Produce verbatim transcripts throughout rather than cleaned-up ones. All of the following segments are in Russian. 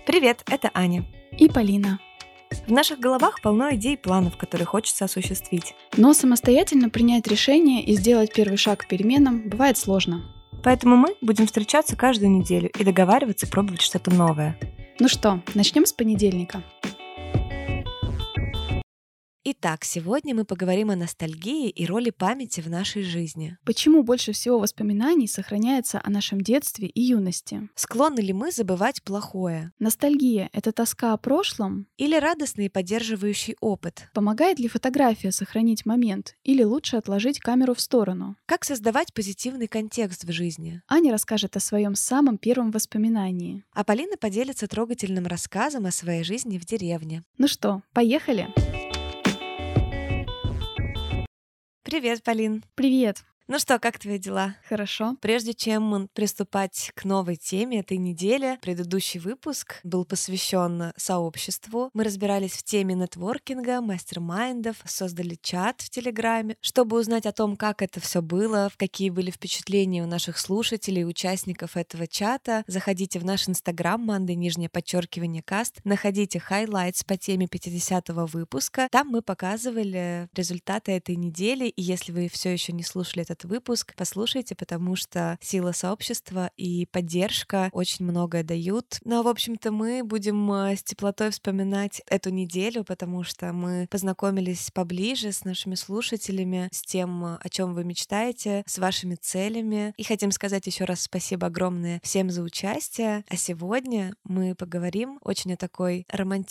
Привет, это Аня. И Полина. В наших головах полно идей и планов, которые хочется осуществить. Но самостоятельно принять решение и сделать первый шаг к переменам бывает сложно. Поэтому мы будем встречаться каждую неделю и договариваться пробовать что-то новое. Ну что, начнем с понедельника. Итак, сегодня мы поговорим о ностальгии и роли памяти в нашей жизни. Почему больше всего воспоминаний сохраняется о нашем детстве и юности? Склонны ли мы забывать плохое? Ностальгия — это тоска о прошлом? Или радостный и поддерживающий опыт? Помогает ли фотография сохранить момент? Или лучше отложить камеру в сторону? Как создавать позитивный контекст в жизни? Аня расскажет о своем самом первом воспоминании. А Полина поделится трогательным рассказом о своей жизни в деревне. Ну что, поехали? Привет, Полин. Привет. Ну что, как твои дела? Хорошо. Прежде чем приступать к новой теме этой недели, предыдущий выпуск был посвящен сообществу. Мы разбирались в теме нетворкинга, мастер-майндов, создали чат в Телеграме, чтобы узнать о том, как это все было, какие были впечатления у наших слушателей, участников этого чата. Заходите в наш инстаграм Манды, нижнее подчеркивание, каст, находите хайлайтс по теме пятидесятого выпуска. Там мы показывали результаты этой недели, и если вы все еще не слушали этот выпуск, послушайте, потому что сила сообщества и поддержка очень многое дают. Ну, а, в общем-то, мы будем с теплотой вспоминать эту неделю, потому что мы познакомились поближе с нашими слушателями, с тем, о чем вы мечтаете, с вашими целями. И хотим сказать еще раз спасибо огромное всем за участие. А сегодня мы поговорим очень о такой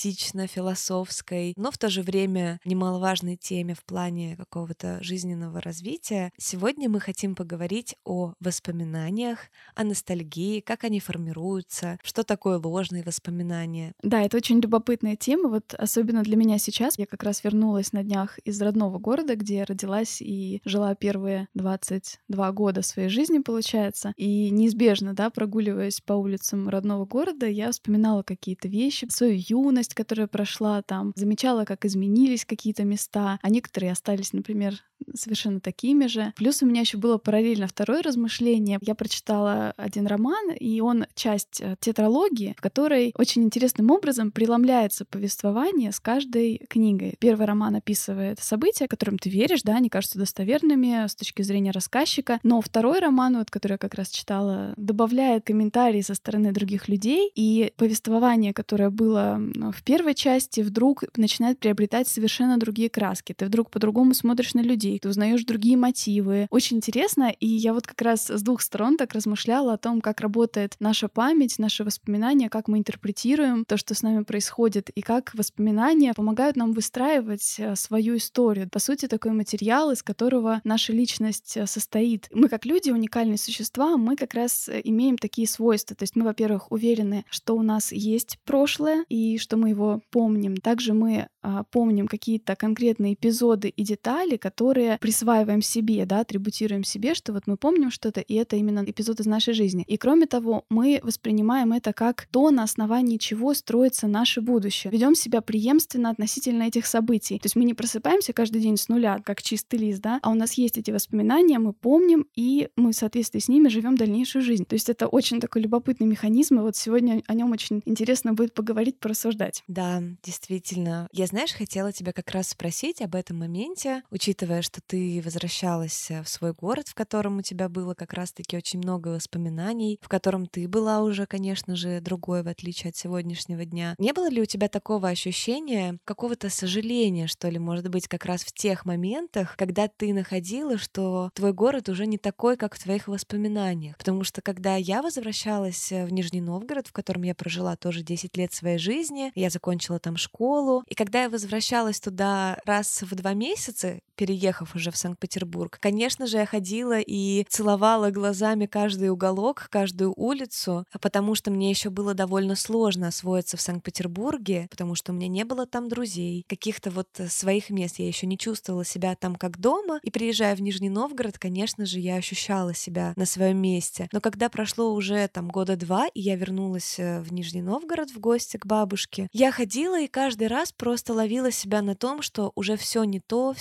романтично-философской, но в то же время немаловажной теме в плане какого-то жизненного развития. Сегодня Сегодня мы хотим поговорить о воспоминаниях, о ностальгии, как они формируются, что такое ложные воспоминания. Да, это очень любопытная тема, вот особенно для меня сейчас. Я как раз вернулась на днях из родного города, где я родилась и жила первые двадцать два года своей жизни, получается. И неизбежно, да, прогуливаясь по улицам родного города, я вспоминала какие-то вещи, свою юность, которая прошла там, замечала, как изменились какие-то места, а некоторые остались, например, совершенно такими же. Плюс у меня еще было параллельно второе размышление. Я прочитала один роман, и он часть тетралогии, в которой очень интересным образом преломляется повествование с каждой книгой. Первый роман описывает события, которым ты веришь, да, они кажутся достоверными с точки зрения рассказчика, но второй роман, вот, который я как раз читала, добавляет комментарии со стороны других людей, и повествование, которое было в первой части, вдруг начинает приобретать совершенно другие краски. Ты вдруг по-другому смотришь на людей, ты узнаешь другие мотивы. Очень интересно, и я вот как раз с двух сторон так размышляла о том, как работает наша память, наши воспоминания, как мы интерпретируем то, что с нами происходит, и как воспоминания помогают нам выстраивать свою историю. По сути, такой материал, из которого наша личность состоит. Мы как люди, уникальные существа, мы как раз имеем такие свойства. То есть мы, во-первых, уверены, что у нас есть прошлое, и что мы его помним. Также мы а, помним какие-то конкретные эпизоды и детали, которые присваиваем себе, да, атрибутируем себе, что вот мы помним что-то, и это именно эпизод из нашей жизни. И кроме того, мы воспринимаем это как то, на основании чего строится наше будущее. Ведем себя преемственно относительно этих событий. То есть мы не просыпаемся каждый день с нуля, как чистый лист, да, а у нас есть эти воспоминания, мы помним, и мы в соответствии с ними живем дальнейшую жизнь. То есть это очень такой любопытный механизм, и вот сегодня о нем очень интересно будет поговорить, порассуждать. Да, действительно. Я, знаешь, хотела тебя как раз спросить об этом моменте, учитывая, что ты возвращалась в свой город, в котором у тебя было как раз-таки очень много воспоминаний, в котором ты была уже, конечно же, другой, в отличие от сегодняшнего дня. Не было ли у тебя такого ощущения, какого-то сожаления, что ли, может быть, как раз в тех моментах, когда ты находила, что твой город уже не такой, как в твоих воспоминаниях? Потому что когда я возвращалась в Нижний Новгород, в котором я прожила тоже десять лет своей жизни, я закончила там школу, и когда я возвращалась туда раз в два месяца, переехав уже в Санкт-Петербург, конечно же, я ходила и целовала глазами каждый уголок, каждую улицу, потому что мне еще было довольно сложно освоиться в Санкт-Петербурге, потому что у меня не было там друзей, каких-то вот своих мест. Я еще не чувствовала себя там как дома, и приезжая в Нижний Новгород, конечно же, я ощущала себя на своем месте. Но когда прошло уже там года два, и я вернулась в Нижний Новгород в гости к бабушке, я ходила и каждый раз просто ловила себя на том, что уже все не то, все не так,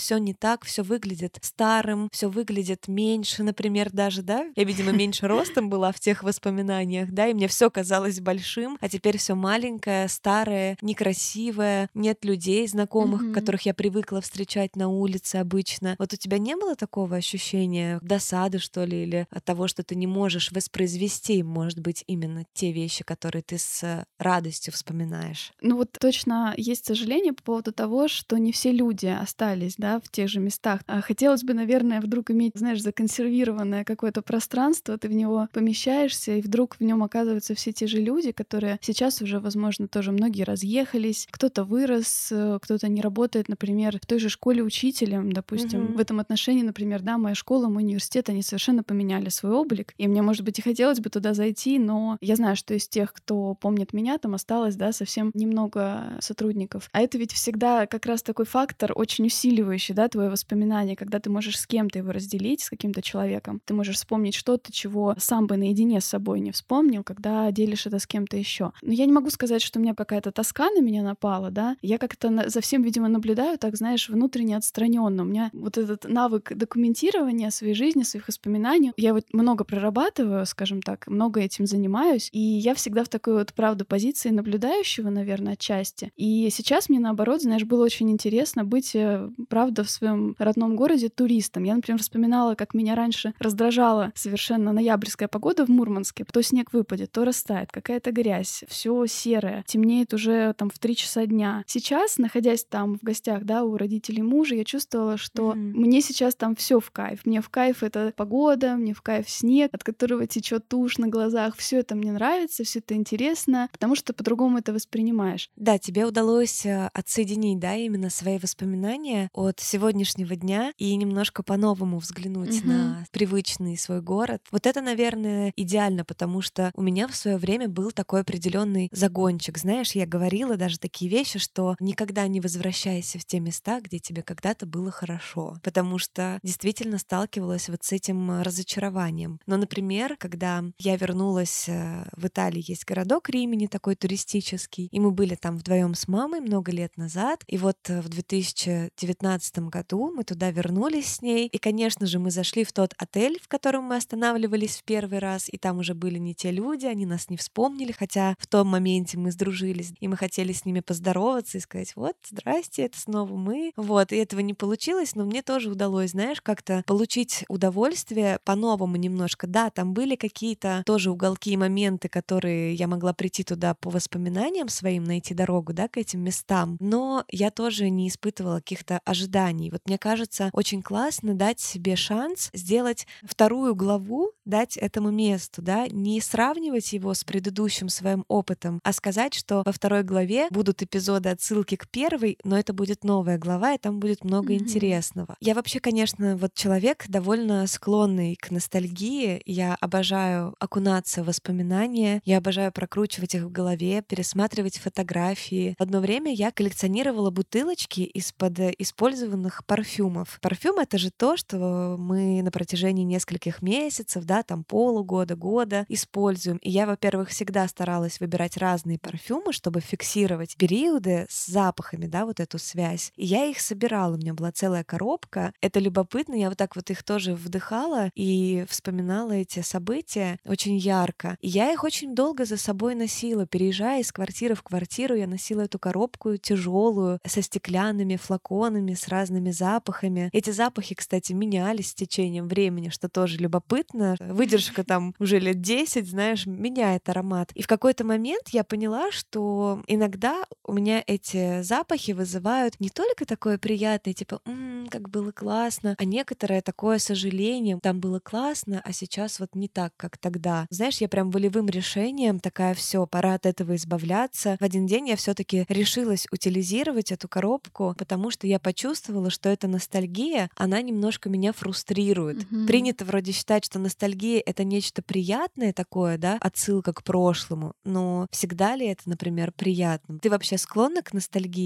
так все выглядит старым, все выглядит меньше, например, даже, да? Я, видимо, меньше ростом была в тех воспоминаниях, да, и мне все казалось большим, а теперь все маленькое, старое, некрасивое, нет людей знакомых, Мгм. которых я привыкла встречать на улице обычно. Вот у тебя не было такого ощущения досады, что ли, или от того, что ты не можешь воспроизвести, может быть, именно те вещи, которые ты с радостью вспоминаешь? Ну вот точно есть сожаление по поводу того, что не все люди остались, да, в тех же местах. А хотелось бы, наверное, вдруг иметь, знаешь, законсервированное какое-то пространство, ты в него помещаешься, и вдруг в нем оказываются все те же люди, которые сейчас уже, возможно, тоже многие разъехались, кто-то вырос, э, кто-то не работает, например, в той же школе учителем, допустим. В Мгм. этом отношении, например, да, моя школа, мой университет, они совершенно поменяли свой облик, и мне, может быть, и хотелось бы туда зайти, но я знаю, что из тех, кто помнит меня, там осталось, да, совсем немного сотрудников. А это ведь всегда как раз такой фактор, очень усиливающий, да, твое воспоминание, когда ты можешь с кем-то его разделить, с каким-то человеком. Ты можешь вспомнить что-то, чего сам бы наедине с собой не вспомнил, когда делишь это с кем-то еще. Но я не могу сказать, что у меня какая-то тоска на меня напала, да. Я как-то на- за всем, видимо, наблюдаю, так, знаешь, внутренне отстраненно. У меня вот этот навык документирования своей жизни, своих воспоминаний, я вот много прорабатываю, скажем так, много этим занимаюсь, и я всегда в такой вот, правда, позиции наблюдающего, наверное, отчасти. И сейчас мне, наоборот, знаешь, было очень интересно быть, э, правда, в своем родном городе туристом. Я, например, вспоминала, как меня раньше раздражала совершенно ноябрьская погода в Мурманске. То снег выпадет, то растает, какая-то грязь, все серое, темнеет уже там в три часа дня. Сейчас, находясь там в гостях, да, у родителей мужа, я чувствовала, что Мгм. мне сейчас там все в кайф. Мне в кайф эта погода, мне в кайф снег, от которого течет тушь на глазах. Все это мне нравится, все это интересно, потому что по-другому это воспринимаешь. Да, тебе удалось э, отсоединить, да, именно свои воспоминания от сегодняшнего дня и немножко по-новому взглянуть Мгм. на привычный свой город. Вот это, наверное, идеально, потому что у меня в свое время был такой определенный загончик. Знаешь, я говорила даже такие вещи, что никогда не возвращайся в те места, где тебе когда-то было хорошо, потому что действительно сталкивалась вот с этим э, разочарованием. Но, например, когда я вернулась э, в Италии, есть городок Римини, такой туристический, и мы были там вдвоем с мамой много лет назад, и вот э, в две тысячи девятнадцатом году мы туда вернулись с ней, и, конечно же, мы зашли в тот отель, в котором мы останавливались в первый раз, и там уже были не те люди, они нас не вспомнили, хотя в том моменте мы сдружились, и мы хотели с ними поздороваться и сказать: вот, здрасте, это снова мы. Вот, и этого не получилось, но мне тоже удалось, знаешь, как-то получить удовольствие по-новому немножко. Да, там были какие-то тоже уголки и моменты, которые я могла прийти туда по воспоминаниям своим, найти дорогу, да, к этим местам, но я тоже не испытывала каких-то ожиданий. Вот мне кажется, очень классно дать себе шанс сделать вторую главу, дать этому месту, да, не сравнивать его с предыдущим своим опытом, а сказать, что во второй главе будут эпизоды отсылки к первой, но это будет новая глава, и там будет много Мгм. интересного. Я вообще, конечно, вот человек довольно склонный к ностальгии. Я обожаю окунаться в воспоминания, я обожаю прокручивать их в голове, пересматривать фотографии. Одно время я коллекционировала бутылочки из-под э, использованных парфюмов. Парфюм — это же то, что мы на протяжении нескольких месяцев, да, там полугода, года используем. И я, во-первых, всегда старалась выбирать разные парфюмы, чтобы фиксировать периоды с запахами, да, вот эту связь. И я их собирала, у меня была целая коробка. Это любопытно, я вот так вот их тоже вдыхала и вспоминала эти события очень ярко. И я их очень долго за собой носила, переезжая из квартиры в квартиру, я носила эту коробку тяжелую, со стеклянными флаконами, с разными запахами. Эти запахи, кстати, менялись с течением времени, что тоже любопытно. Выдержка там уже лет десять, знаешь, меняет аромат. И в какой-то момент я поняла, что иногда у меня эти запахи вызывают не только такое приятное, типа, «М, как было классно», а некоторое такое сожаление, там было классно, а сейчас вот не так, как тогда. Знаешь, я прям волевым решением такая: все, пора от этого избавляться. В один день я все-таки решилась утилизировать эту коробку, потому что я почувствовала, что эта ностальгия, она немножко меня фрустрирует. Мгм. Принято вроде считать, что ностальгия — это нечто приятное такое, да, отсылка к прошлому, но всегда ли это, например, приятно? Ты вообще склонна к ностальгии?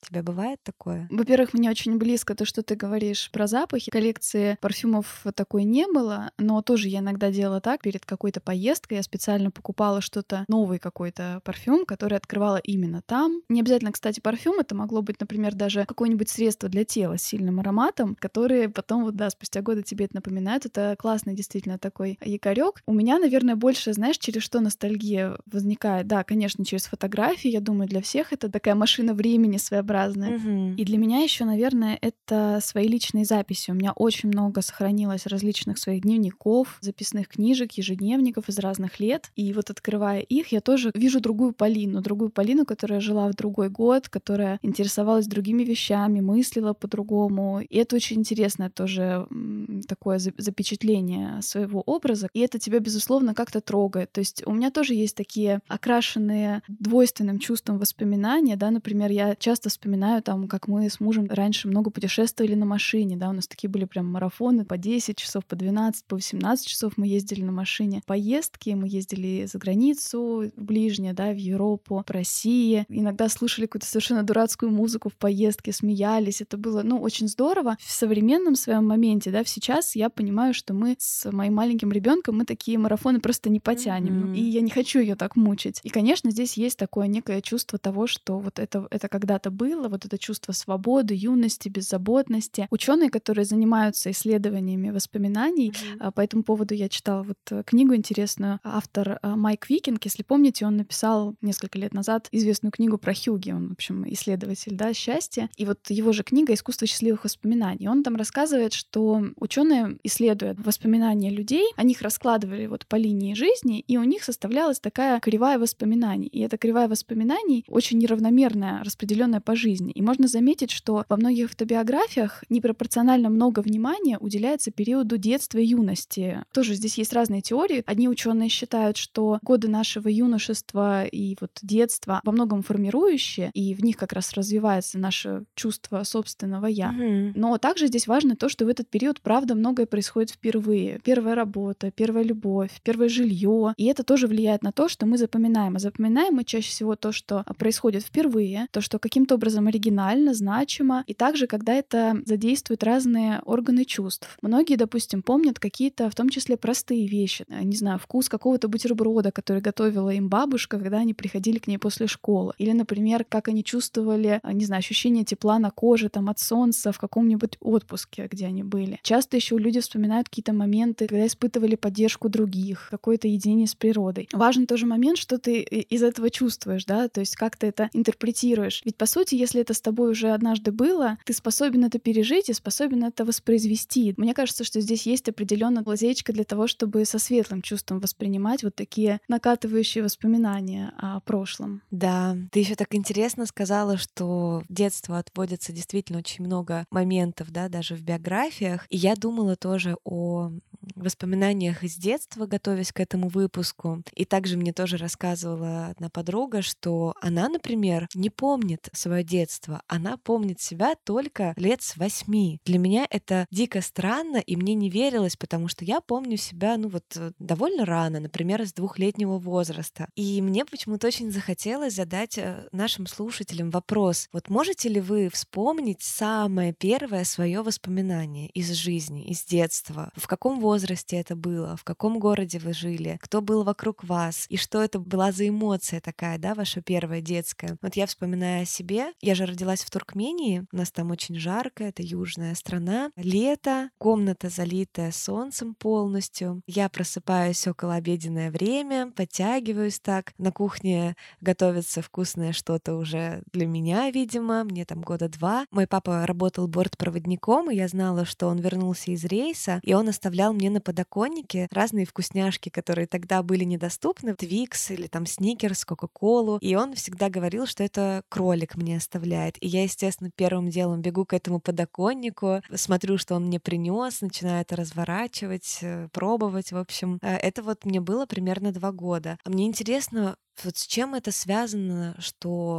У тебя бывает такое? Во-первых, мне очень близко то, что ты говоришь про запахи. Коллекции парфюмов такой не было, но тоже я иногда делала так. Перед какой-то поездкой я специально покупала что-то, новый какой-то парфюм, который открывала именно там. Не обязательно, кстати, парфюм. Это могло быть, например, даже какое-нибудь средство для тела с сильным ароматом, которые потом, вот да, спустя годы тебе это напоминают. Это классный действительно такой якорек. У меня, наверное, больше, знаешь, через что ностальгия возникает. Да, конечно, через фотографии. Я думаю, для всех это такая машина времени своеобразная. Мгм. И для меня еще, наверное, это свои личные записи. У меня очень много сохранилось различных своих дневников, записных книжек, ежедневников из разных лет. И вот открывая их, я тоже вижу другую Полину, другую Полину, которая жила в другой год, которая интересовалась другими вещами, мыслила по-другому. И это очень интересное тоже м, такое за- запечатление своего образа. И это тебя, безусловно, как-то трогает. То есть у меня тоже есть такие окрашенные двойственным чувством воспоминания, да, например, я часто вспоминаю там, как мы с мужем раньше много путешествовали на машине, да, у нас такие были прям марафоны по десять часов, по двенадцать, по восемнадцать часов мы ездили на машине. Поездки, мы ездили за границу, в ближнее, да, в Европу, по России. Иногда слушали какую-то совершенно дурацкую музыку в поездке, смеялись. Это было, ну, очень здорово. В современном своем моменте, да, сейчас я понимаю, что мы с моим маленьким ребенком мы такие марафоны просто не потянем. И Мгм. я не хочу ее так мучить. И, конечно, здесь есть такое некое чувство того, что вот это, это когда-то было, вот это чувство свободы, юности, беззаботности. Ученые, которые занимаются исследованиями воспоминаний, Мгм. а, по этому поводу я читала вот э, книгу интересную. Автор а, Майк Викинг, если помните, он написал несколько лет назад известную книгу про Хьюги. Он, в общем, исследователь, да, счастья. И вот его же книга «Искусство счастливых воспоминаний». Он там рассказывает, что ученые, исследуя воспоминания людей, они их раскладывали вот по линии жизни, и у них составлялась такая кривая воспоминаний. И эта кривая воспоминаний очень неравномерная, распределенная по жизни. И можно заметить, что во многих автобиографиях непропорционально много внимания уделяется периоду детства и юности. Тоже здесь есть разные теории. Одни ученые считают, что годы нашего юношества и вот детства во многом формирующие, и в них как раз развивается наше чувство собственного «я». Мгм. Но также здесь важно то, что в этот период, правда, многое происходит впервые. Первая работа, первая любовь, первое жилье. И это тоже влияет на то, что мы запоминаем. А запоминаем мы чаще всего то, что происходит впервые, то, что каким-то образом оригинально, значимо. И также, когда это задействует разные органы чувств. Многие, допустим, помнят какие-то, в том числе, простые вещи. Э, Не знаю, вкус какого-то бутерброда, который готовила им бабушка, когда они приходили к ней после школы. Или, например, как они чувствовали, э, не знаю, ощущение тепла на коже там от солнца в каком-нибудь отпуске, где они были. Часто еще люди вспоминают какие-то моменты, когда испытывали поддержку других, какое-то единение с природой. Важен тоже момент, что ты и- из этого чувствуешь, да, то есть как ты это интерпретируешь. Ведь, по сути, если это с тобой уже однажды было, ты способен это пережить и способен это воспроизвести. Мне кажется, что здесь есть определенная лазейка для того, чтобы со светлым чувством воспринимать вот такие накатывающие воспоминания о прошлом. Да, ты еще так интересно сказала, что в детство отводится действительно очень много моментов, да, даже в биографиях. И я думала тоже о воспоминаниях из детства, готовясь к этому выпуску. И также мне тоже рассказывала одна подруга, что она, например, не помнит свое детство. Она помнит себя только лет с восьми. Для меня это дико странно, и мне не верилось, потому что я помню себя, ну вот, э, довольно рано, например, с двухлетнего возраста. И мне почему-то очень захотелось задать э, нашим слушателям вопрос. Вот можете ли вы вспомнить самое первое свое воспоминание из жизни, из детства? В каком возрасте это было? В каком городе вы жили? Кто был вокруг вас? И что это была за эмоция такая, да, ваша первая детская? Вот я вспоминаю о себе. Я же родилась в Туркмении. У нас там очень жарко, это южная страна. Лето, комната залитая солнцем полностью. Я просыпаюсь около обеденное время, подтягиваюсь так. На кухне готовится вкусное что-то уже для меня, видимо. Мне там года два. Мой папа работал бортпроводником, и я знала, что он вернулся из рейса, и он оставлял мне на подоконнике разные вкусняшки, которые тогда были недоступны. Твикс или там Сникерс, Кока-Колу. И он всегда говорил, что это кролик мне оставляет. И я, естественно, первым делом бегу к этому подоконнику, смотрю, что он мне принес, начинаю это разворачивать, э, пробовать. В общем, э, это вот мне было примерно два года. А мне интересно, вот с чем это связано, что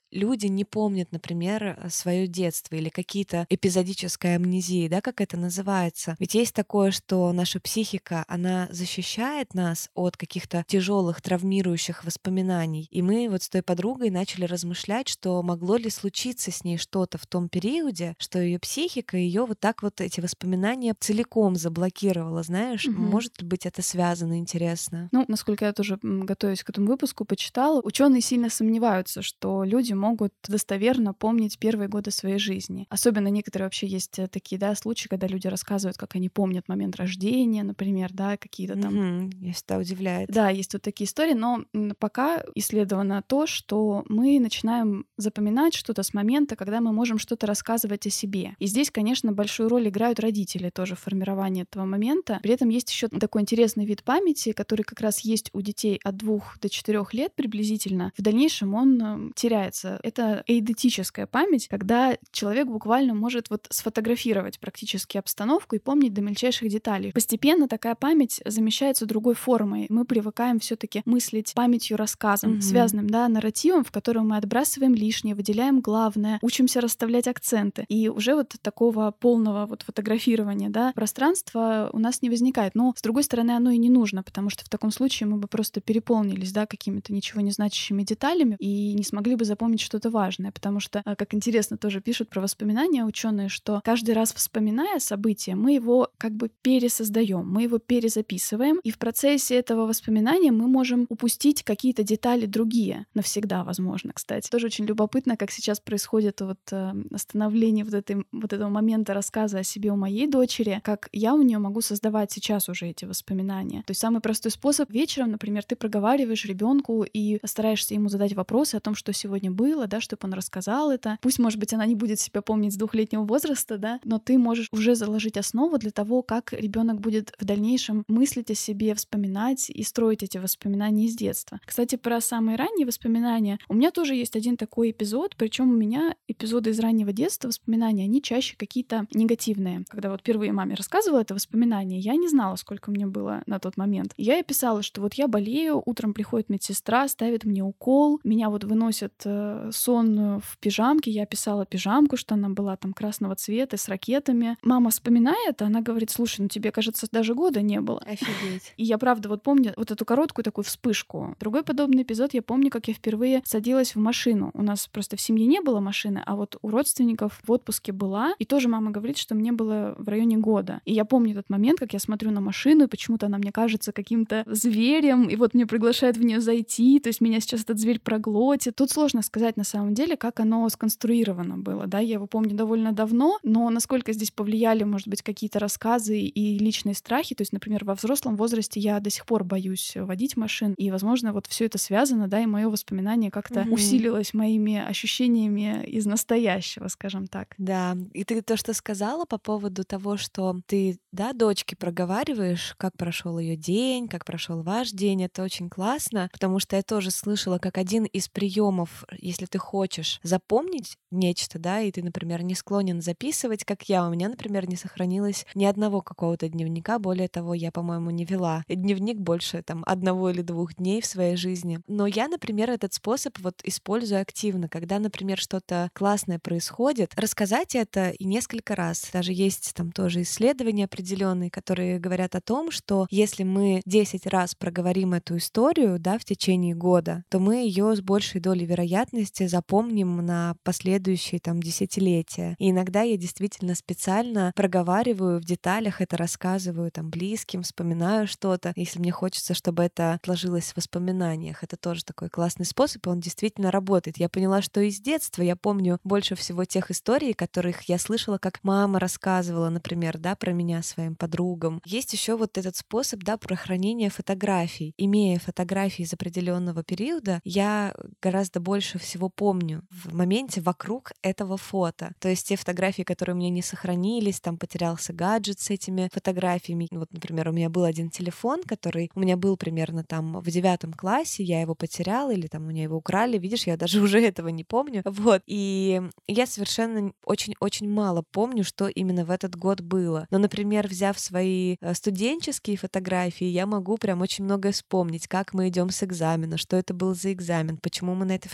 люди не помнят, например, свое детство или какие-то эпизодические амнезии, да, как это называется. Ведь есть такое, что наша психика, она защищает нас от каких-то тяжелых травмирующих воспоминаний. И мы вот с той подругой начали размышлять, что могло ли случиться с ней что-то в том периоде, что ее психика ее вот так вот эти воспоминания целиком заблокировала, знаешь? Мгм. Может ли быть это связано, интересно? Ну, насколько я тоже, м, готовясь к этому выпуску, почитала, ученые сильно сомневаются, что люди могут достоверно помнить первые годы своей жизни. Особенно некоторые вообще есть э, такие, да, случаи, когда люди рассказывают, как они помнят момент рождения, например, да, какие-то там. Мгм. Меня всегда удивляет. Да, есть вот такие истории, но м, пока исследовано то, что мы начинаем запоминать что-то с момента, когда мы можем что-то рассказывать о себе. И здесь, конечно, большую роль играют родители тоже в формировании этого момента. При этом есть еще такой интересный вид памяти, который как раз есть у детей от двух до четырех лет приблизительно. В дальнейшем он э, теряется. Это эйдетическая память, когда человек буквально может вот сфотографировать практически обстановку и помнить до мельчайших деталей. Постепенно такая память замещается другой формой. Мы привыкаем все-таки мыслить памятью рассказом, Мгм. связанным, да, нарративом, в котором мы отбрасываем лишнее, выделяем главное, учимся расставлять акценты. И уже вот такого полного вот фотографирования, да, пространства у нас не возникает. Но, с другой стороны, оно и не нужно, потому что в таком случае мы бы просто переполнились, да, какими-то ничего не значащими деталями и не смогли бы запомнить что-то важное. Потому что, а, как интересно тоже пишут про воспоминания ученые, что каждый раз, вспоминая событие, мы его как бы пересоздаем, мы его перезаписываем, и в процессе этого воспоминания мы можем упустить какие-то детали другие. Навсегда, возможно, кстати. Тоже очень любопытно, как сейчас происходит вот э, становление вот, этой, вот этого момента рассказа о себе у моей дочери, как я у нее могу создавать сейчас уже эти воспоминания. То есть самый простой способ: вечером, например, ты проговариваешь ребенку и стараешься ему задать вопросы о том, что сегодня было, да, чтобы он рассказал это. Пусть, может быть, она не будет себя помнить с двухлетнего возраста, да, но ты можешь уже заложить основу для того, как ребенок будет в дальнейшем мыслить о себе, вспоминать и строить эти воспоминания из детства. Кстати, про самые ранние воспоминания. У меня тоже есть один такой эпизод, причем у меня эпизоды из раннего детства, воспоминания, они чаще какие-то негативные. Когда вот впервые маме рассказывала это воспоминание, я не знала, сколько мне было на тот момент. И я ей писала, что вот я болею, утром приходит медсестра, ставит мне укол, меня вот выносят э, сонную в пижамке, я писала пижамку, что она была там красного цвета с ракетами. Мама вспоминает, она говорит: слушай, ну тебе, кажется, даже года не было. Офигеть. И я правда вот помню вот эту короткую такую вспышку. Другой подобный эпизод я помню, как я впервые садилась в машину. У нас просто в семье не было машины, а вот у родственников в отпуске была. И тоже мама говорит, что мне было в районе года. И я помню этот момент, как я смотрю на машину, и почему-то она мне кажется каким-то зверем, и вот мне приглашают в нее зайти, то есть меня сейчас этот зверь проглотит. Тут сложно сказать на самом деле, как оно сконструировано было, да, я его помню довольно давно, но насколько здесь повлияли, может быть, какие-то рассказы и личные страхи, то есть, например, во взрослом возрасте я до сих пор боюсь водить машин, и, возможно, вот все это связано, да, и мое воспоминание как-то Мгм. усилилось моими ощущениями из настоящего, скажем так. Да, и ты то, что сказала по поводу того, что ты, да, дочке проговариваешь, как прошел ее день, как прошел ваш день, это очень классно, потому что я тоже слышала, как один из приемов, если ты хочешь запомнить нечто, да, и ты, например, не склонен записывать, как я, у меня, например, не сохранилось ни одного какого-то дневника, более того, я, по-моему, не вела дневник больше там одного или двух дней в своей жизни. Но я, например, этот способ вот использую активно, когда, например, что-то классное происходит, рассказать это и несколько раз. Даже есть там тоже исследования определенные, которые говорят о том, что если мы десять раз проговорим эту историю, да, в течение года, то мы ее с большей долей вероятности запомним на последующие там десятилетия. И иногда я действительно специально проговариваю в деталях это, рассказываю там близким, вспоминаю что-то, если мне хочется, чтобы это отложилось в воспоминаниях. Это тоже такой классный способ, и он действительно работает. Я поняла, что из детства я помню больше всего тех историй, которых я слышала, как мама рассказывала, например, да, про меня своим подругам. Есть еще вот этот способ, да, про хранение фотографий. Имея фотографии из определенного периода, я гораздо больше всего помню в моменте вокруг этого фото. То есть те фотографии, которые у меня не сохранились, там потерялся гаджет с этими фотографиями. Вот, например, у меня был один телефон, который у меня был примерно там в девятом классе, я его потеряла или там у меня его украли. Видишь, я даже уже этого не помню. Вот. И я совершенно очень-очень мало помню, что именно в этот год было. Но, например, взяв свои э, студенческие фотографии, я могу прям очень многое вспомнить, как мы идем с экзамена, что это был за экзамен, почему мы на этой фотографии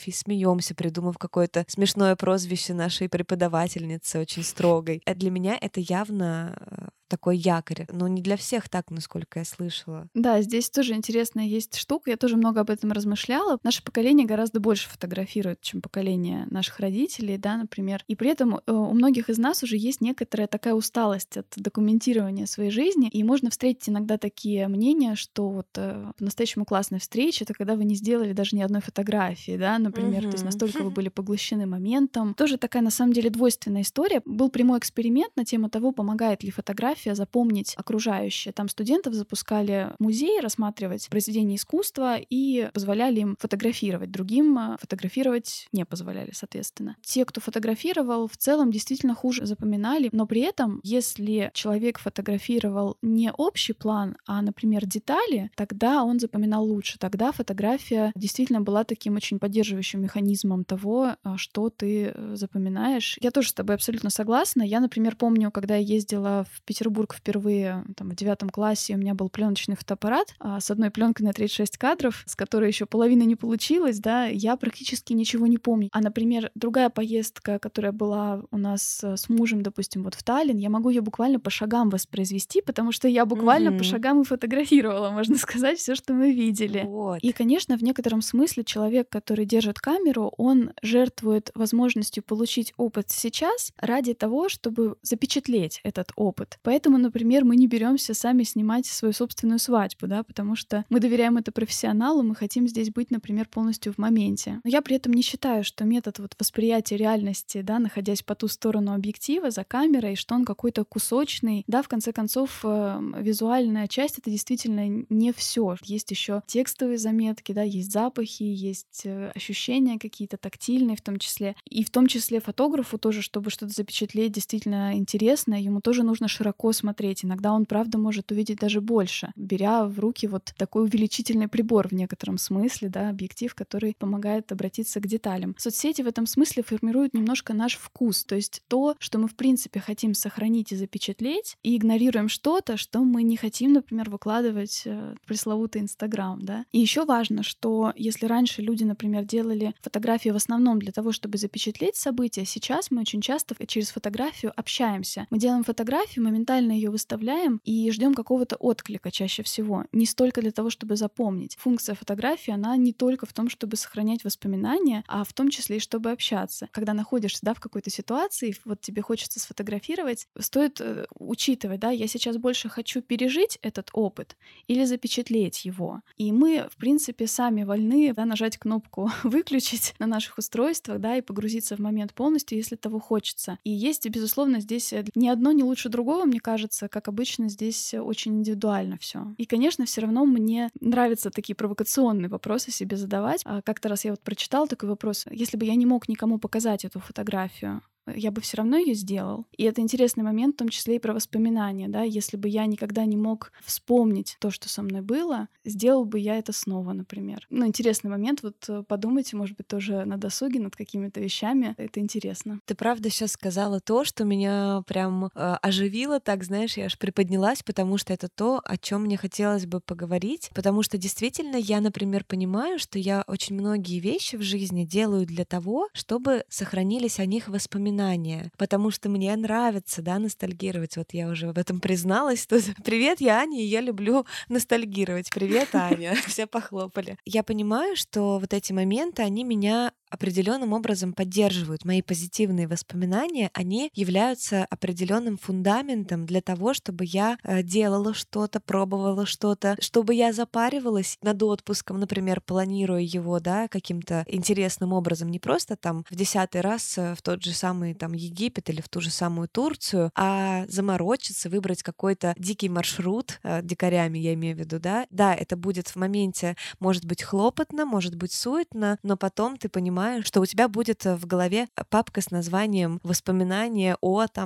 фотографий, смеемся, придумав какое-то смешное прозвище нашей преподавательницы, очень строгой. А для меня это явно э, такой якорь. Но не для всех так, насколько я слышала. Да, здесь тоже интересная есть штука. Я тоже много об этом размышляла. Наше поколение гораздо больше фотографирует, чем поколение наших родителей, да, например. И при этом э, у многих из нас уже есть некоторая такая усталость от документирования своей жизни. И можно встретить иногда такие мнения, что вот э, по-настоящему классная встреча — это когда вы не сделали даже ни одной фотографии, да, например. То есть Мгм. настолько вы были поглощены моментом. Тоже такая, на самом деле, двойственная история. Был прямой эксперимент на тему того, помогает ли фотография запомнить окружающее. Там студентов запускали в музей рассматривать произведения искусства и позволяли им фотографировать. Другим э, фотографировать не позволяли, соответственно. Те, кто фотографировал, в целом действительно хуже запоминали, но при этом, если человек фотографировал не общий план, а, например, детали, тогда он запоминал лучше. Тогда фотография действительно была таким очень поддерживающим механизмом того, а, что ты э, запоминаешь. Я тоже с тобой абсолютно согласна. Я, например, помню, когда я ездила в Петербург впервые там, в девятом классе, у меня был пленочный фотоаппарат а, с одной пленкой на тридцать шесть кадров, с которой еще половина не получилась, да, я практически ничего не помню. А, например, другая поездка, которая была у нас э, с мужем, допустим, вот в Таллин, я могу ее буквально по шагам воспроизвести, потому что я буквально по Мгм. шагам и фотографировала, можно сказать, все, что мы видели. Вот. И, конечно, в некотором смысле человек, который держит камеру, он жертвует возможностью получить опыт сейчас ради того, чтобы запечатлеть этот опыт. Поэтому, например, мы не беремся сами снимать свою собственную свадьбу, да, потому что мы доверяем это профессионалу, мы хотим здесь быть, например, полностью в моменте. Но я при этом не считаю, что метод вот восприятия реальности, да, находясь по ту сторону объектива за камерой, что он какой-то кусочный, да, в конце концов, э, визуальная часть — это действительно не все. Есть еще текстовые заметки, да, есть запахи, есть э, ощущения какие-то тактильные в том числе. И в том числе фотографу тоже, чтобы что-то запечатлеть действительно интересное, ему тоже нужно широко смотреть. Иногда он, правда, может увидеть даже больше, беря в руки вот такой увеличительный прибор в некотором смысле, да, объектив, который помогает обратиться к деталям. Соцсети в этом смысле формируют немножко наш вкус, то есть то, что мы, в принципе, хотим сохранить и запечатлеть, и игнорируем что-то, что мы не хотим, например, выкладывать э, в пресловутый Инстаграм, да. И еще важно, что если раньше люди, например, делали фотографии в основном для того, чтобы запечатлеть события, сейчас мы очень часто через фотографию общаемся. Мы делаем фотографию, моментально ее выставляем и ждем какого-то отклика чаще всего. Не столько для того, чтобы запомнить. Функция фотографии, она не только в том, чтобы сохранять воспоминания, а в том числе и чтобы общаться. Когда находишься, да, в какой-то ситуации, вот тебе хочется сфотографировать, стоит э, учитывать, да, я сейчас больше хочу пережить этот опыт или запечатлеть его. И мы, в принципе, сами вольны, да, нажать кнопку «выключить» на наших устройствах, да, и погрузиться в момент полностью, если того хочется. И есть, безусловно, здесь ни одно не лучше другого, мне кажется, как обычно, здесь очень индивидуально все. И, конечно, все равно мне нравятся такие провокационные вопросы себе задавать. А как-то раз я вот прочитала такой вопрос: если бы я не мог никому показать эту фотографию, я бы все равно ее сделал. И это интересный момент, в том числе и про воспоминания, да. Если бы я никогда не мог вспомнить то, что со мной было, сделал бы я это снова, например. Ну, интересный момент, вот э, подумайте, может быть, тоже на досуге над какими-то вещами. Это интересно. Ты правда сейчас сказала то, что меня прям э, оживило, так, знаешь, я аж приподнялась, потому что это то, о чем мне хотелось бы поговорить, потому что действительно я, например, понимаю, что я очень многие вещи в жизни делаю для того, чтобы сохранились о них воспоминания, потому что мне нравится, да, ностальгировать. Вот я уже в этом призналась. Тут привет, я Аня, и я люблю ностальгировать. Привет, Аня. Все похлопали. Я понимаю, что вот эти моменты, они меня определенным образом поддерживают. Мои позитивные воспоминания, они являются определенным фундаментом для того, чтобы я э, делала что-то, пробовала что-то, чтобы я запаривалась над отпуском, например, планируя его, да, каким-то интересным образом, не просто там в десятый раз э, в тот же самый там Египет или в ту же самую Турцию, а заморочиться, выбрать какой-то дикий маршрут, э, дикарями я имею в виду, да. Да, это будет в моменте, может быть, хлопотно, может быть, суетно, но потом ты понимаешь, что у тебя будет в голове папка с названием «Воспоминания о там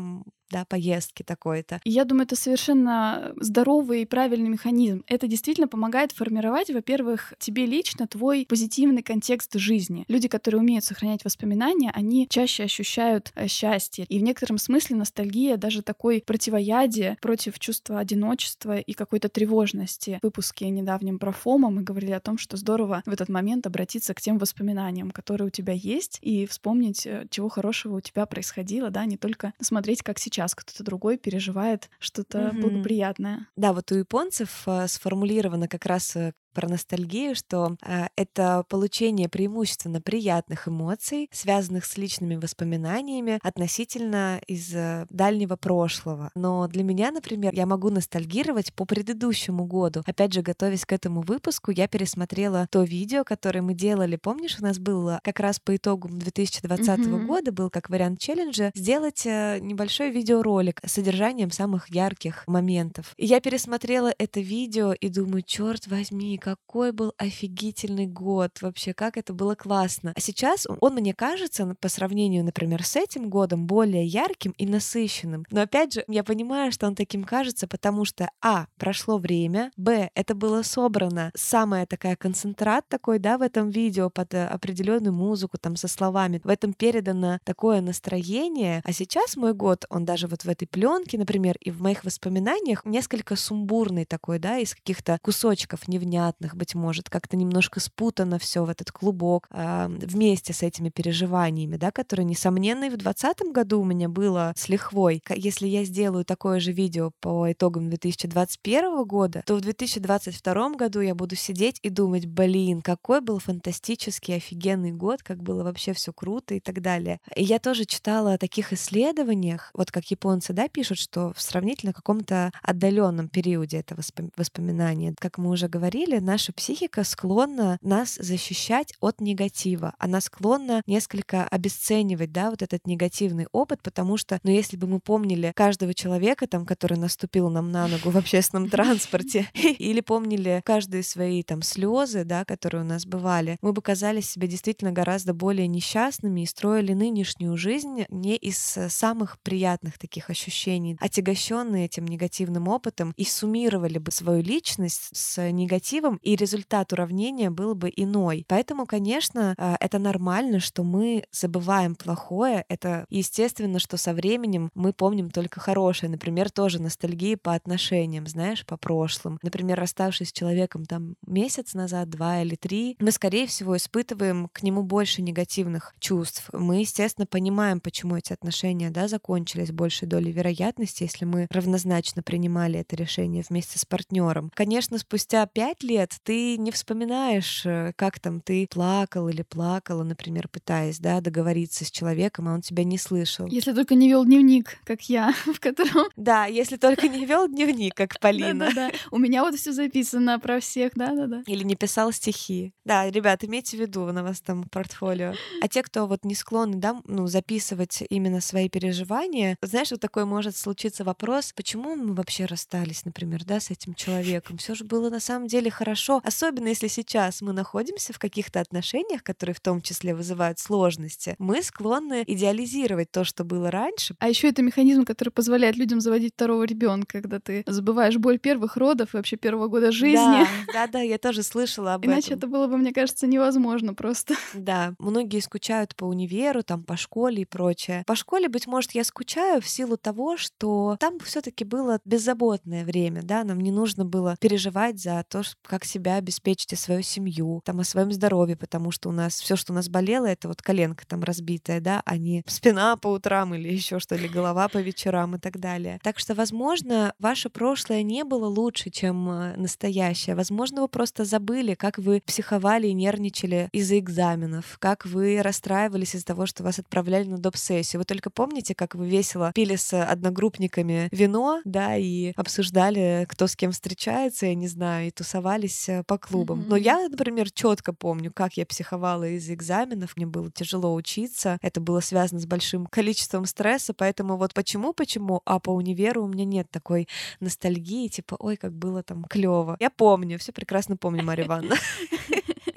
да, поездки такой-то. И я думаю, это совершенно здоровый и правильный механизм. Это действительно помогает формировать, во-первых, тебе лично твой позитивный контекст жизни. Люди, которые умеют сохранять воспоминания, они чаще ощущают э, счастье. И в некотором смысле ностальгия даже такой противоядие против чувства одиночества и какой-то тревожности. В выпуске недавнем про ФОМО мы говорили о том, что здорово в этот момент обратиться к тем воспоминаниям, которые у тебя есть, и вспомнить, э, чего хорошего у тебя происходило, да, не только смотреть, как сейчас кто-то другой переживает что-то Мгм. благоприятное. Да, вот у японцев э, сформулировано как раз э, про ностальгию, что э, это получение преимущественно приятных эмоций, связанных с личными воспоминаниями относительно из э, дальнего прошлого. Но для меня, например, я могу ностальгировать по предыдущему году. Опять же, готовясь к этому выпуску, я пересмотрела то видео, которое мы делали. Помнишь, у нас было как раз по итогам две тысячи двадцатого Мгм. года, был как вариант челленджа, сделать э, небольшой видеоролик с содержанием самых ярких моментов. И я пересмотрела это видео и думаю, черт возьми, какой был офигительный год, вообще, как это было классно. А сейчас он, он, мне кажется, н- по сравнению, например, с этим годом, более ярким и насыщенным. Но опять же, я понимаю, что он таким кажется, потому что, а, прошло время, б, это было собрано, самая такая концентрат такой, да, в этом видео под э, определенную музыку, там, со словами. В этом передано такое настроение. А сейчас мой год, он даже вот в этой пленке, например, и в моих воспоминаниях несколько сумбурный такой, да, из каких-то кусочков невнятных, быть может, как-то немножко спутано все в этот клубок а, вместе с этими переживаниями, да, которые, несомненно, и в двадцатом году у меня было с лихвой. К- Если я сделаю такое же видео по итогам две тысячи двадцать первого года, то в две тысячи двадцать втором году я буду сидеть и думать, блин, какой был фантастический, офигенный год, как было вообще все круто и так далее. И я тоже читала о таких исследованиях, вот как японцы, да, пишут, что в сравнительно каком-то отдаленном периоде это воспом- воспоминание. Как мы уже говорили, наша психика склонна нас защищать от негатива. Она склонна несколько обесценивать, да, вот этот негативный опыт, потому что, ну, если бы мы помнили каждого человека, там, который наступил нам на ногу в общественном транспорте, или помнили каждые свои там слезы, да, которые у нас бывали, мы бы казались себе действительно гораздо более несчастными и строили нынешнюю жизнь не из э, самых приятных таких ощущений, отягощенные этим негативным опытом, и суммировали бы свою личность с негативом, и результат уравнения был бы иной. Поэтому, конечно, а, это нормально, что мы забываем плохое. Это естественно, что со временем мы помним только хорошее. Например, тоже ностальгия по отношениям, знаешь, по прошлым. Например, расставшись с человеком там месяц назад, два или три, мы, скорее всего, испытываем к нему больше негативных чувств. Мы, естественно, понимаем, почему эти отношения, да, закончились большей долей вероятности, если мы равнозначно принимали это решение вместе с партнером. Конечно, спустя пять лет ты не вспоминаешь, э, как там ты плакал или плакала, например, пытаясь, да, договориться с человеком, а он тебя не слышал. Если только не вел дневник, как я, в котором... Да, если только не вел дневник, как Полина. Да-да-да. У меня вот все записано про всех, да-да-да. Или не писал стихи. Да, ребят, имейте в виду, на вас там портфолио. А те, кто вот не склонны, да, ну, записывать именно свои переживания, знаешь, вот такой может случиться вопрос, почему мы вообще расстались, например, да, с этим человеком? Все же было на самом деле хорошо, особенно если сейчас мы находимся в каких-то отношениях, которые в том числе вызывают сложности. Мы склонны идеализировать то, что было раньше. А еще это механизм, который позволяет людям заводить второго ребенка, когда ты забываешь боль первых родов и вообще первого года жизни. Да, да, да, я тоже слышала об Иначе этом. это было бы, мне кажется, невозможно просто. Да, многие скучают по универу, там, по школе и прочее. По школе, быть может, я скучаю в силу того, что там все таки было беззаботное время, да, нам не нужно было переживать за то, ш- как себя обеспечить и свою семью, там, о своем здоровье, потому что у нас все, что у нас болело, это вот коленка там разбитая, да, а не спина по утрам или еще что ли, голова по вечерам и так далее. Так что, возможно, ваше прошлое не было лучше, чем э, настоящее. Возможно, вы просто забыли, как вы психовали и нервничали из-за экзаменов, как вы расстраивались из-за того, что вас отправляли на доп-сессию. Вы только помните, как вы весело пили с одногруппниками вино, да, и обсуждали, кто с кем встречается, я не знаю, и тусовались э, по клубам. Но Мгм. я, например, четко помню, как я психовала из-за экзаменов. Мне было тяжело учиться. Это было связано с большим количеством стресса, поэтому вот почему-почему, а по универу у меня нет такой ностальгии, типа, ой, как было там клево. Я помню, все прекрасно помню, Марья Ивановна. И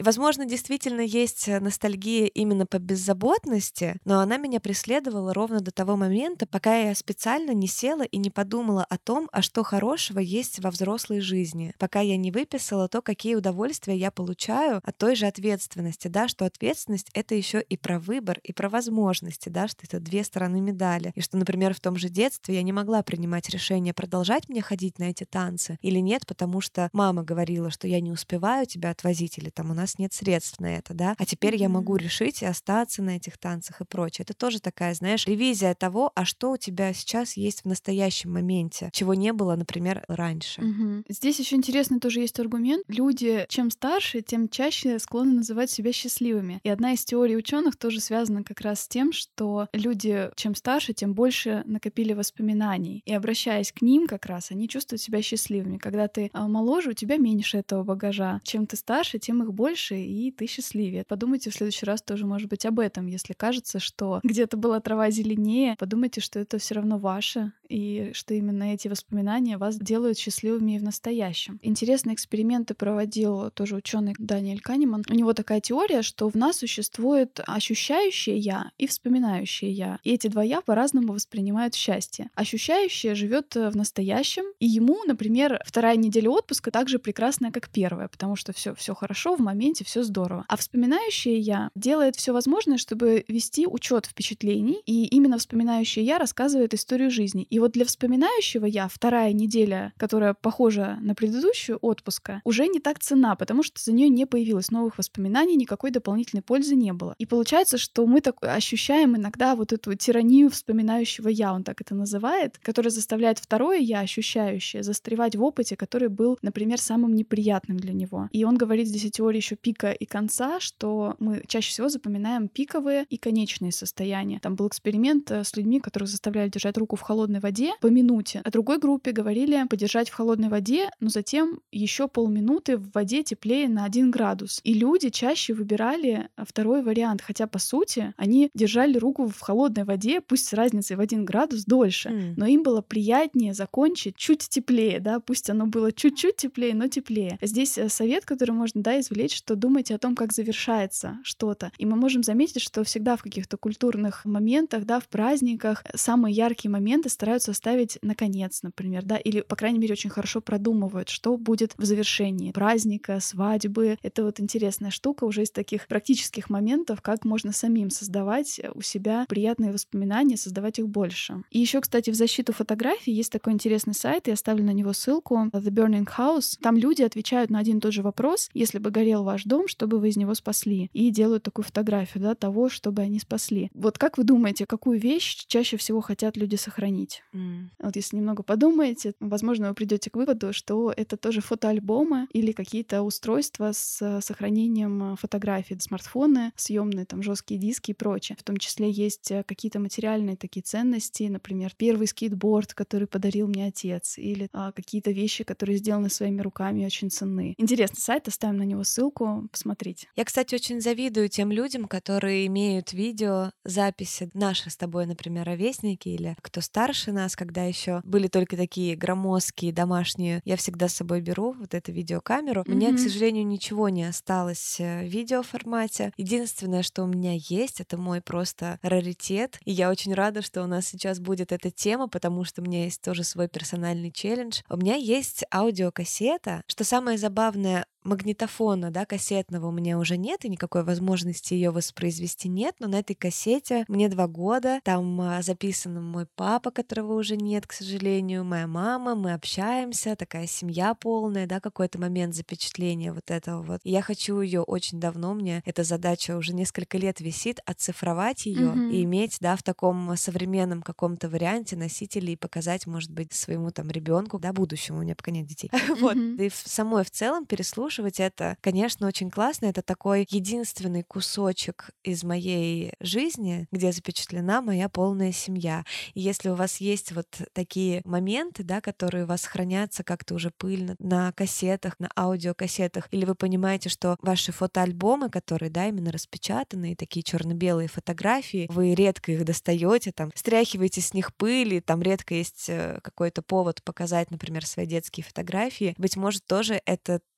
возможно, действительно есть ностальгия именно по беззаботности, но она меня преследовала ровно до того момента, пока я специально не села и не подумала о том, а что хорошего есть во взрослой жизни, пока я не выписала то, какие удовольствия я получаю от той же ответственности, да, что ответственность — это еще и про выбор, и про возможности, да, что это две стороны медали, и что, например, в том же детстве я не могла принимать решение, продолжать мне ходить на эти танцы или нет, потому что мама говорила, что я не успеваю тебя отвозить, или там у нас нет средств на это, да, а теперь я могу решить и остаться на этих танцах и прочее. Это тоже такая, знаешь, ревизия того, а что у тебя сейчас есть в настоящем моменте, чего не было, например, раньше. Мгм. Здесь еще интересный тоже есть аргумент. Люди, чем старше, тем чаще склонны называть себя счастливыми. И одна из теорий ученых тоже связана как раз с тем, что люди, чем старше, тем больше накопили воспоминаний. И обращаясь к ним как раз, они чувствуют себя счастливыми. Когда ты а, моложе, у тебя меньше этого багажа. Чем ты старше, тем их больше, и ты счастливее. Подумайте в следующий раз тоже, может быть, об этом. Если кажется, что где-то была трава зеленее, подумайте, что это все равно ваше, и что именно эти воспоминания вас делают счастливыми и в настоящем. Интересные эксперименты проводил тоже ученый Даниэль Канеман. У него такая теория, что в нас существует ощущающее «я» и вспоминающее «я». И эти два «я» по-разному воспринимают счастье. Ощущающее живет в настоящем, и ему, например, вторая неделя отпуска так же прекрасная, как первая, потому что все все хорошо, в моменте все здорово. А вспоминающее «я» делает все возможное, чтобы вести учет впечатлений, и именно вспоминающее «я» рассказывает историю жизни. И вот для вспоминающего «я» вторая неделя, которая похожа на предыдущую отпуска, уже не так ценна, потому что за нее не появилось новых воспоминаний, никакой дополнительной пользы не было. И получается, что мы так ощущаем иногда вот эту тиранию вспоминающего «я», он так это называет, которая заставляет второе «я», ощущающее, застревать в опыте, который был, например, самым неприятным для него. И он говорит здесь о теории еще пика и конца, что мы чаще всего запоминаем пиковые и конечные состояния. Там был эксперимент с людьми, которых заставляли держать руку в холодной воде по минуте. О другой группе говорили подержать в холодной воде, но затем еще полминуты в воде теплее на один градус. И люди чаще выбирали второй вариант, хотя, по сути, они держали руку в холодной воде, пусть с разницей в один градус дольше, mm. но им было приятнее закончить чуть теплее, да, пусть оно было чуть-чуть теплее, но теплее. Здесь совет, который можно, да, извлечь, что думайте о том, как завершается что-то. И мы можем заметить, что всегда в каких-то культурных моментах, да, в праздниках самые яркие моменты стараются оставить наконец, например, да, или, по крайней мере, очень хорошо продумывают, что будет в завершении праздника, свадьбы. Это вот интересная штука уже из таких практических моментов, как можно самим создавать у себя приятные воспоминания, создавать их больше. И еще, кстати, в защиту фотографий есть такой интересный сайт, я оставлю на него ссылку, The Burning House. Там люди отвечают на один и тот же вопрос: если бы горел ваш дом, что бы вы из него спасли? И делают такую фотографию, да, того, чтобы они спасли. Вот как вы думаете, какую вещь чаще всего хотят люди сохранить? Mm. Вот если немного подумаете, возможно, вы придете к выводу, что это тоже фотоальбомы или какие-то устройства с сохранением фотографий, смартфоны, съемные там жесткие диски и прочее. В том числе есть какие-то материальные такие ценности, например, первый скейтборд, который подарил мне отец, или а, какие-то вещи, которые сделаны своими руками, очень ценны. Интересный сайт, оставим на него ссылку, посмотрите. Я, кстати, очень завидую тем людям, которые имеют видео, записи, наши с тобой, например, ровесники или кто старше нас, когда еще были только такие громоздкие домашние. Я всегда с собой беру вот эту видеокамеру. У mm-hmm. меня, к сожалению, ничего не осталось в видеоформате. Единственное, что у меня есть, это мой просто раритет. И я очень рада, что у нас сейчас будет эта тема, потому что у меня есть тоже свой персональный челлендж. У меня есть аудиокассета. Что самое забавное, магнитофона, да, кассетного у меня уже нет, и никакой возможности ее воспроизвести нет, но на этой кассете мне два года, там а, записан мой папа, которого уже нет, к сожалению, моя мама, мы общаемся, такая семья полная, да, какой-то момент запечатления вот этого вот. И я хочу ее очень давно, мне эта задача уже несколько лет висит, оцифровать ее mm-hmm. и иметь, да, в таком современном каком-то варианте носителе и показать, может быть, своему там ребенку, да, будущему, у меня пока нет детей. Вот. И самой в целом переслушивать это, конечно, очень классно. Это такой единственный кусочек из моей жизни, где запечатлена моя полная семья. И если у вас есть вот такие моменты, да, которые у вас хранятся как-то уже пыльно на кассетах, на аудиокассетах, или вы понимаете, что ваши фотоальбомы, которые, да, именно распечатанные, такие черно-белые фотографии, вы редко их достаете, там, стряхиваете с них пыль, и там редко есть какой-то повод показать, например, свои детские фотографии. Быть может, тоже эта неделя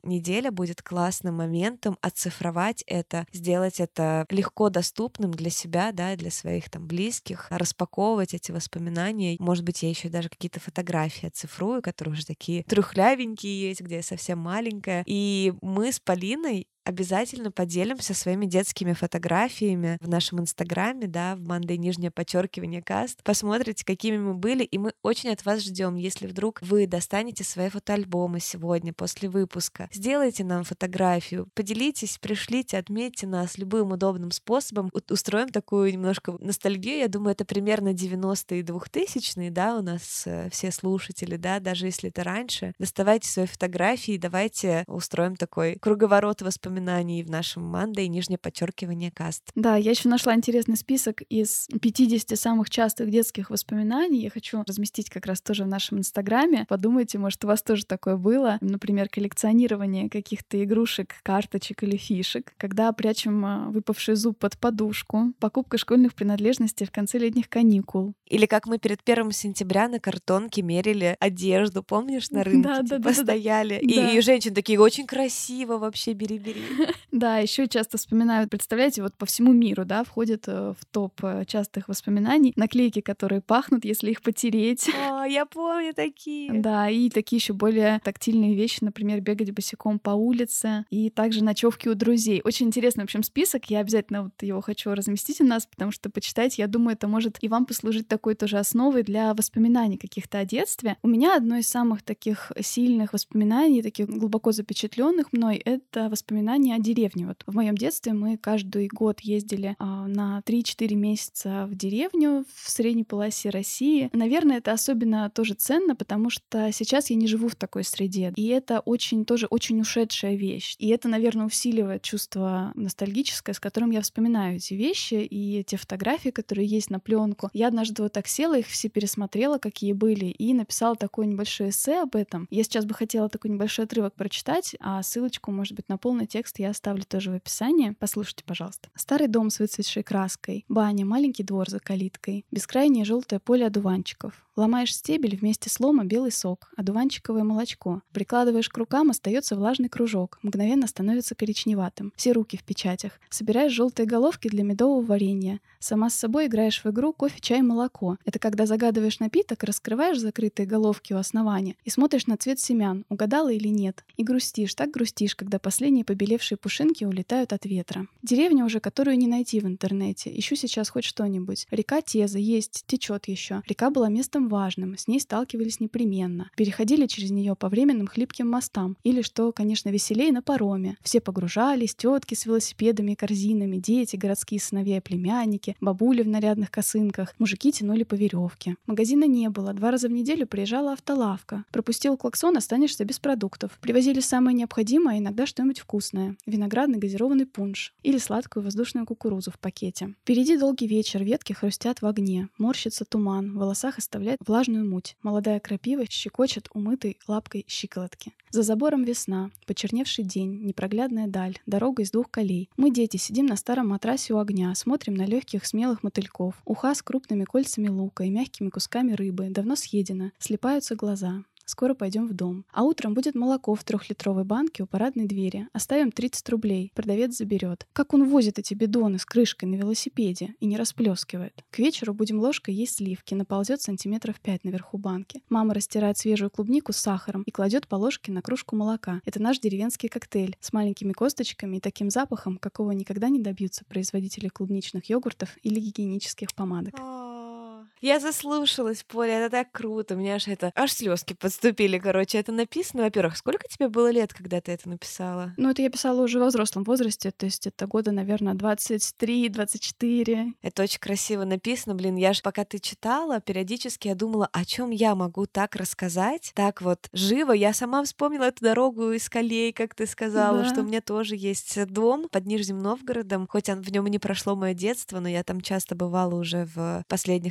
неделя будет классным моментом оцифровать это, сделать это легко доступным для себя, да, для своих там близких, распаковывать эти воспоминания. Может быть, я еще даже какие-то фотографии оцифрую, которые уже такие трухлявенькие есть, где я совсем маленькая. И мы с Полиной обязательно поделимся своими детскими фотографиями в нашем инстаграме, да, в Monday нижнее подчеркивание каст. Посмотрите, какими мы были, и мы очень от вас ждем. Если вдруг вы достанете свои фотоальбомы сегодня после выпуска, сделайте нам фотографию, поделитесь, пришлите, отметьте нас любым удобным способом. У- Устроим такую немножко ностальгию. Я думаю, это примерно девяностые и двухтысячные, да, у нас э, все слушатели, да, даже если это раньше. Доставайте свои фотографии, давайте устроим такой круговорот воспоминаний в нашем Monday нижнее подчеркивание каст. Да, я еще нашла интересный список из пятидесяти самых частых детских воспоминаний. Я хочу разместить как раз тоже в нашем инстаграме. Подумайте, может, у вас тоже такое было. Например, коллекционирование каких-то игрушек, карточек или фишек, когда прячем а, выпавший зуб под подушку, покупка школьных принадлежностей в конце летних каникул. Или как мы перед первым сентября на картонке мерили одежду, помнишь, на рынке? Да, да, Типа да, да, да. стояли. И, Да. и женщины такие, очень красиво вообще, бери-бери. Да, еще часто вспоминают, представляете, вот по всему миру, да, входят э, в топ э, частых воспоминаний наклейки, которые пахнут, если их потереть. О, я помню такие. Да, и такие еще более тактильные вещи, например, бегать босиком по улице, и также ночевки у друзей. Очень интересный, в общем, список. Я обязательно вот его хочу разместить у нас, потому что почитать, я думаю, это может и вам послужить такой тоже основой для воспоминаний каких-то о детстве. У меня одно из самых таких сильных воспоминаний, таких глубоко запечатленных мной, это воспоминания о деревне. Вот в моем детстве мы каждый год ездили а, на три-четыре месяца в деревню в средней полосе России. Наверное, это особенно тоже ценно, потому что сейчас я не живу в такой среде. И это очень тоже очень ушедшая вещь. И это, наверное, усиливает чувство ностальгическое, с которым я вспоминаю эти вещи и те фотографии, которые есть на пленку. Я однажды вот так села, их все пересмотрела, какие были, и написала такое небольшое эссе об этом. Я сейчас бы хотела такой небольшой отрывок прочитать, а ссылочку, может быть, на полный текст я оставлю тоже в описании. Послушайте, пожалуйста. Старый дом с выцветшей краской, баня, маленький двор за калиткой, бескрайнее желтое поле одуванчиков. Ломаешь стебель, вместе с лома белый сок, одуванчиковое молочко. Прикладываешь к рукам, остается влажный кружок, мгновенно становится коричневатым. Все руки в печатях. Собираешь желтые головки для медового варенья. Сама с собой играешь в игру кофе, чай, молоко. Это когда загадываешь напиток, раскрываешь закрытые головки у основания и смотришь на цвет семян, угадала или нет. И грустишь, так грустишь, когда последние побелевшие пушинки улетают от ветра. Деревня уже, которую не найти в интернете. Ищу сейчас хоть что-нибудь. Река Теза есть, течет еще. Река была местом важным, с ней сталкивались непременно. Переходили через нее по временным хлипким мостам. Или, что, конечно, веселее, на пароме. Все погружались, тетки с велосипедами и корзинами, дети, городские сыновья и племянники, бабули в нарядных косынках, мужики тянули по веревке. Магазина не было, два раза в неделю приезжала автолавка. Пропустил клаксон, останешься без продуктов. Привозили самое необходимое, а иногда что-нибудь вкусное. Виноградный газированный пунш. Или сладкую воздушную кукурузу в пакете. Впереди долгий вечер, ветки хрустят в огне. Морщится туман, в волосах оставляет влажную муть. Молодая крапива щекочет умытой лапкой щиколотки. За забором весна, почерневший день, непроглядная даль, дорога из двух колей. Мы, дети, сидим на старом матрасе у огня, смотрим на легких смелых мотыльков. Уха с крупными кольцами лука и мягкими кусками рыбы, давно съедена. Слипаются глаза. Скоро пойдем в дом. А утром будет молоко в трехлитровой банке у парадной двери. Оставим тридцать рублей. Продавец заберет. Как он возит эти бидоны с крышкой на велосипеде и не расплескивает. К вечеру будем ложкой есть сливки. Наползет сантиметров пять наверху банки. Мама растирает свежую клубнику с сахаром и кладет по ложке на кружку молока. Это наш деревенский коктейль с маленькими косточками и таким запахом, какого никогда не добьются производители клубничных йогуртов или гигиенических помадок. Я заслушалась, Поля, это так круто. У меня аж это аж слезки подступили, короче. Это написано, во-первых, сколько тебе было лет, когда ты это написала? Ну, это я писала уже во взрослом возрасте, то есть это года, наверное, двадцать три двадцать четыре. Это очень красиво написано, блин. Я ж пока ты читала, периодически я думала, о чем я могу так рассказать, так вот живо. Я сама вспомнила эту дорогу из Колей, как ты сказала, Да. что у меня тоже есть дом под Нижним Новгородом, хоть он, в нем и не прошло мое детство, но я там часто бывала уже в последних классах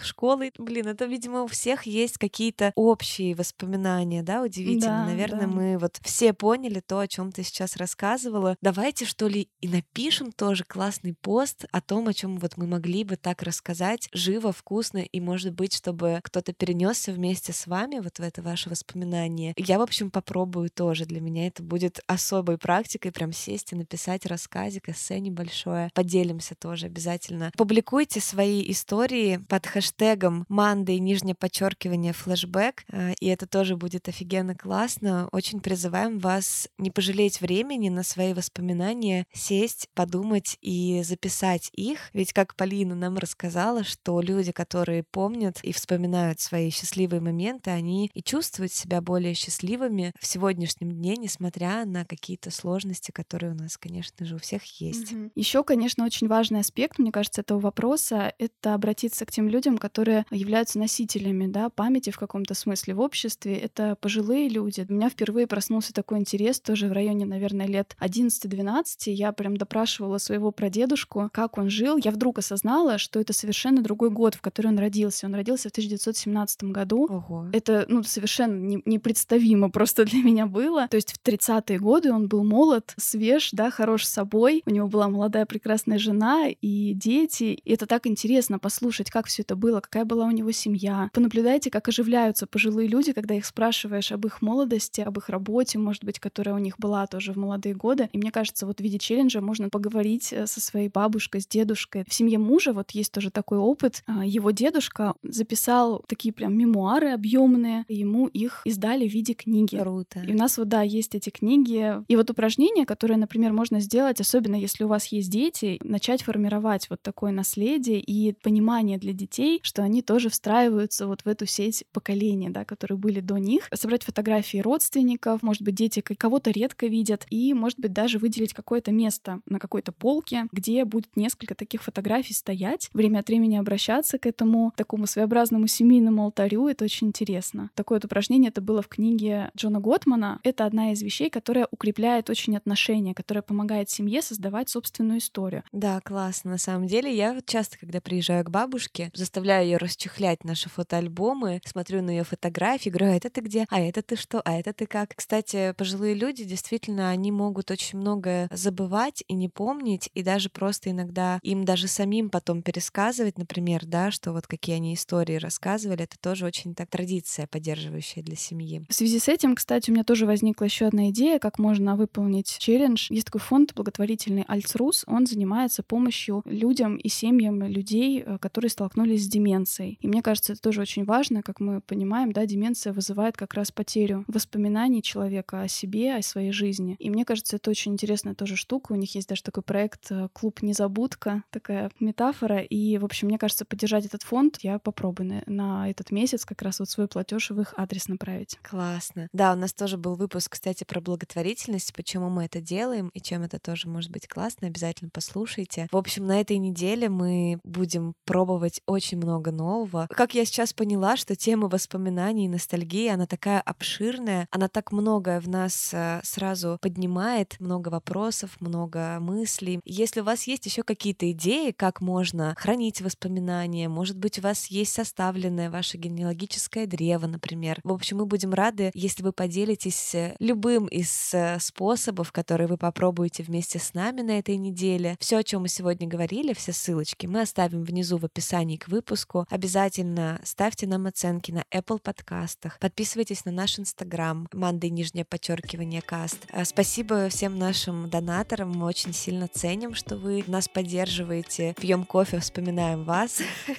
стенах школы. Блин, это, видимо, у всех есть какие-то общие воспоминания, да, удивительно. Да, Наверное, да. мы вот все поняли то, о чем ты сейчас рассказывала. Давайте, что ли, и напишем тоже классный пост о том, о чем вот мы могли бы так рассказать живо, вкусно, и, может быть, чтобы кто-то перенесся вместе с вами вот в это ваше воспоминание. Я, в общем, попробую тоже. Для меня это будет особой практикой, прям сесть и написать рассказик, эссе небольшое. Поделимся тоже обязательно. Публикуйте свои истории под хэштегом Monday, нижнее подчеркивание, флешбэк, и это тоже будет офигенно классно. Очень призываем вас не пожалеть времени на свои воспоминания, сесть, подумать и записать их. Ведь, как Полина нам рассказала, что люди, которые помнят и вспоминают свои счастливые моменты, они и чувствуют себя более счастливыми в сегодняшнем дне, несмотря на какие-то сложности, которые у нас, конечно же, у всех есть. Угу. Еще, конечно, очень важный аспект, мне кажется, этого вопроса — это обратиться к тем людям, которые являются носителями, да, памяти в каком-то смысле в обществе. Это пожилые люди. У меня впервые проснулся такой интерес тоже в районе, наверное, лет одиннадцати-двенадцати. Я прям допрашивала своего прадедушку, как он жил. Я вдруг осознала, что это совершенно другой год, в который он родился. Он родился в тысяча девятьсот семнадцатом году. Ого. Это, ну, совершенно не, непредставимо просто для меня было. То есть в тридцатые годы он был молод, свеж, да, хорош собой. У него была молодая прекрасная жена и дети. И это так интересно послушать, как все это было, какая была у него семья. Понаблюдайте, как оживляются пожилые люди, когда их спрашиваешь об их молодости, об их работе, может быть, которая у них была тоже в молодые годы. И мне кажется, вот в виде челленджа можно поговорить со своей бабушкой, с дедушкой. В семье мужа вот есть тоже такой опыт. Его дедушка записал такие прям мемуары объемные, и ему их издали в виде книги. Круто. И у нас вот, да, есть эти книги. И вот упражнение, которое, например, можно сделать, особенно если у вас есть дети, начать формировать вот такое наследие и понимание для детей, что они тоже встраиваются вот в эту сеть поколений, да, которые были до них. Собрать фотографии родственников, может быть, дети кого-то редко видят, и, может быть, даже выделить какое-то место на какой-то полке, где будет несколько таких фотографий стоять, время от времени обращаться к этому такому своеобразному семейному алтарю. Это очень интересно. Такое вот упражнение это было в книге Джона Готмана. Это одна из вещей, которая укрепляет очень отношения, которая помогает семье создавать собственную историю. Да, классно. На самом деле, я вот часто, когда приезжаю к бабушке, заставляю ее расчехлять наши фотоальбомы, смотрю на ее фотографии, говорю: а это ты где? А это ты что? А это ты как? Кстати, пожилые люди, действительно, они могут очень многое забывать и не помнить, и даже просто иногда им даже самим потом пересказывать, например, да, что вот какие они истории рассказывали, это тоже очень так традиция, поддерживающая для семьи. В связи с этим, кстати, у меня тоже возникла еще одна идея, как можно выполнить челлендж. Есть такой фонд благотворительный Альцрус, он занимается помощью людям и семьям людей, которые столкнулись с деменцией. И мне кажется, это тоже очень важно, как мы понимаем, да, деменция вызывает как раз потерю воспоминаний человека о себе, о своей жизни. И мне кажется, это очень интересная тоже штука. У них есть даже такой проект «Клуб Незабудка», такая метафора. И, в общем, мне кажется, поддержать этот фонд я попробую на, на этот месяц как раз вот свой платеж в их адрес направить. Классно. Да, у нас тоже был выпуск, кстати, про благотворительность, почему мы это делаем и чем это тоже может быть классно. Обязательно послушайте. В общем, на этой неделе мы будем пробовать очень много нового. Как я сейчас поняла, что тема воспоминаний и ностальгии, она такая обширная, она так многое в нас сразу поднимает, много вопросов, много мыслей. Если у вас есть еще какие-то идеи, как можно хранить воспоминания, может быть, у вас есть составленное ваше генеалогическое древо, например. В общем, мы будем рады, если вы поделитесь любым из способов, которые вы попробуете вместе с нами на этой неделе. Все, о чем мы сегодня говорили, все ссылочки мы оставим внизу в описании к выпуску. Обязательно ставьте нам оценки на Apple подкастах, подписывайтесь на наш Инстаграм Monday, нижнее подчеркивание, каст. Спасибо всем нашим донаторам, мы очень сильно ценим, что вы нас поддерживаете, пьем кофе, вспоминаем вас.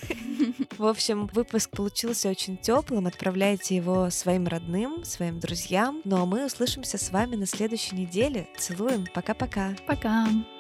В общем, выпуск получился очень теплым. Отправляйте его своим родным, своим друзьям. Ну а мы услышимся с вами на следующей неделе. Целуем. Пока-пока. Пока.